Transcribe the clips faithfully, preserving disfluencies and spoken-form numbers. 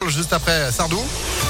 juste après Sardou.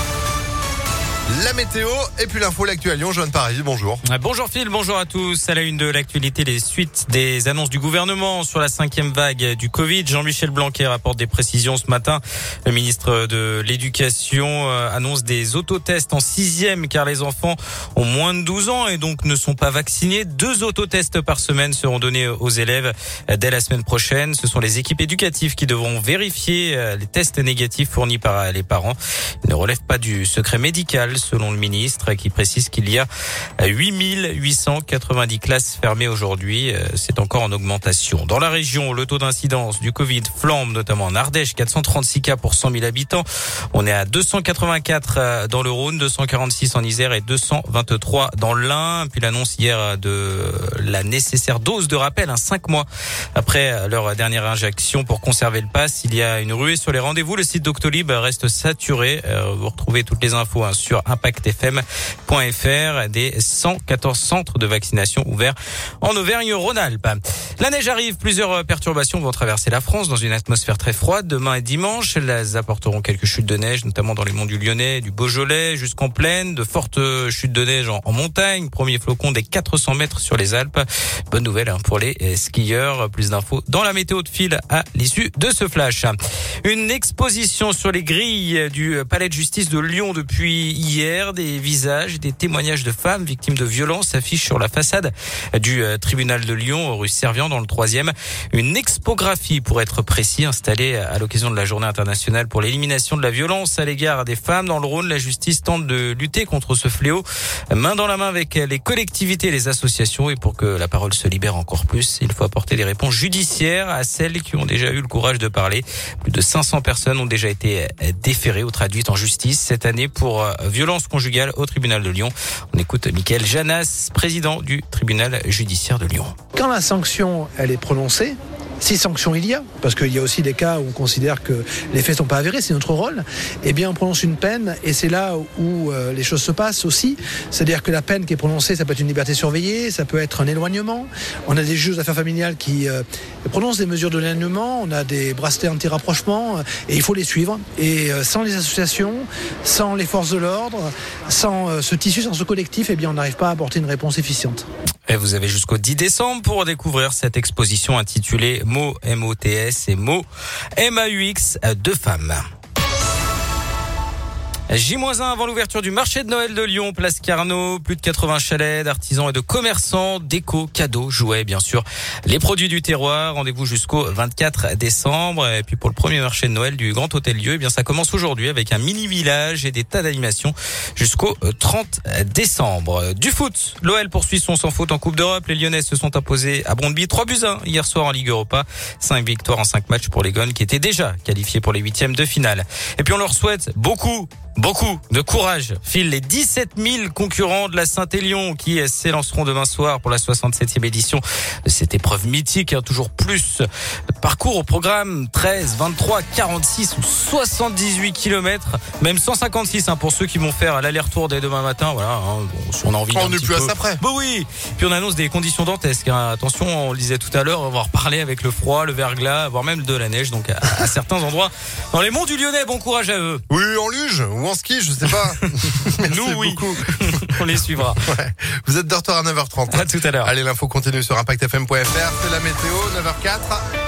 La météo et puis l'info, l'actu à Lyon. Joanne Paris, bonjour. Bonjour Phil, bonjour à tous. À la une de l'actualité, les suites des annonces du gouvernement sur la cinquième vague du Covid. Jean-Michel Blanquer rapporte des précisions ce matin. Le ministre de l'Éducation annonce des autotests en sixième car les enfants ont moins de douze ans et donc ne sont pas vaccinés. Deux autotests par semaine seront donnés aux élèves dès la semaine prochaine. Ce sont les équipes éducatives qui devront vérifier les tests négatifs fournis par les parents. Ils ne relèvent pas du secret médical, selon le ministre, qui précise qu'il y a huit mille huit cent quatre-vingt-dix classes fermées aujourd'hui. C'est encore en augmentation. Dans la région, le taux d'incidence du Covid flambe, notamment en Ardèche, quatre cent trente-six cas pour cent mille habitants. On est à deux cent quatre-vingt-quatre dans le Rhône, deux cent quarante-six en Isère et deux cent vingt-trois dans l'Ain. Puis l'annonce hier de la nécessaire dose de rappel, hein, cinq mois après leur dernière injection pour conserver le pass. Il y a une ruée sur les rendez-vous. Le site Doctolib reste saturé. Vous retrouvez toutes les infos hein, sur impact f m point f r, des cent quatorze centres de vaccination ouverts en Auvergne-Rhône-Alpes. La neige arrive, plusieurs perturbations vont traverser la France dans une atmosphère très froide. Demain et dimanche, elles apporteront quelques chutes de neige, notamment dans les monts du Lyonnais, du Beaujolais, jusqu'en plaine, de fortes chutes de neige en, en montagne. Premier flocon des quatre cents mètres sur les Alpes. Bonne nouvelle hein, pour les skieurs. Plus d'infos dans la météo de Phil à l'issue de ce flash. Une exposition sur les grilles du palais de justice de Lyon depuis hier. Des visages et des témoignages de femmes victimes de violences s'affichent sur la façade du tribunal de Lyon, rue Servian, dans le troisième. Une expographie, pour être précis, installée à l'occasion de la journée internationale pour l'élimination de la violence à l'égard des femmes. Dans le Rhône, la justice tente de lutter contre ce fléau, main dans la main avec les collectivités et les associations. Et pour que la parole se libère encore plus, il faut apporter des réponses judiciaires à celles qui ont déjà eu le courage de parler. Plus de cinq cents personnes ont déjà été déférées ou traduites en justice cette année pour violence conjugale au tribunal de Lyon. On écoute Mickaël Janas, président du tribunal judiciaire de Lyon. Quand la sanction, elle est prononcée, si sanction il y a, parce qu'il y a aussi des cas où on considère que les faits ne sont pas avérés, c'est notre rôle, eh bien on prononce une peine et c'est là où euh, les choses se passent aussi. C'est-à-dire que la peine qui est prononcée, ça peut être une liberté surveillée, ça peut être un éloignement. On a des juges d'affaires familiales qui euh, prononcent des mesures de l'éloignement, on a des bracelets anti-rapprochement euh, et il faut les suivre. Et euh, sans les associations, sans les forces de l'ordre, sans euh, ce tissu, sans ce collectif, eh bien on n'arrive pas à apporter une réponse efficiente. Et vous avez jusqu'au dix décembre pour découvrir cette exposition intitulée Mots M O T S et Mots M A U X de femmes. J un avant l'ouverture du marché de Noël de Lyon, place Carnot, plus de quatre-vingts chalets d'artisans et de commerçants, déco, cadeaux, jouets, bien sûr, les produits du terroir. Rendez-vous jusqu'au vingt-quatre décembre. Et puis pour le premier marché de Noël du Grand Hôtel Dieu, eh bien ça commence aujourd'hui avec un mini village et des tas d'animations jusqu'au trente décembre. Du foot, l'O L poursuit son sans faute en Coupe d'Europe. Les Lyonnais se sont imposés à Brøndby trois buts à un hier soir en Ligue Europa. cinq victoires en cinq matchs pour les Gones qui étaient déjà qualifiés pour les huitièmes de finale. Et puis on leur souhaite beaucoup Beaucoup de courage. Phil, les dix-sept mille concurrents de la Saint-Élion qui s'élanceront demain soir pour la soixante-septième édition de cette épreuve mythique. Hein, toujours plus de parcours au programme, treize, vingt-trois, quarante-six ou soixante-dix-huit kilomètres, même cent cinquante-six hein, pour ceux qui vont faire l'aller-retour dès demain matin. Voilà, hein, bon, si on a envie d'un on n'est petit plus peu. à ça près. Bah oui. Puis on annonce des conditions dantesques. Hein. Attention, on le disait tout à l'heure, on va reparler avec le froid, le verglas, voire même de la neige. Donc à, à certains endroits dans les monts du Lyonnais, bon courage à eux. Oui, en luge ou en ski, je sais pas. Nous, oui. Beaucoup. On les suivra. Ouais. Vous êtes de retour à neuf heures trente. À tout à l'heure. Allez, l'info continue sur impact f m point f r. C'est la météo, neuf heures quatre.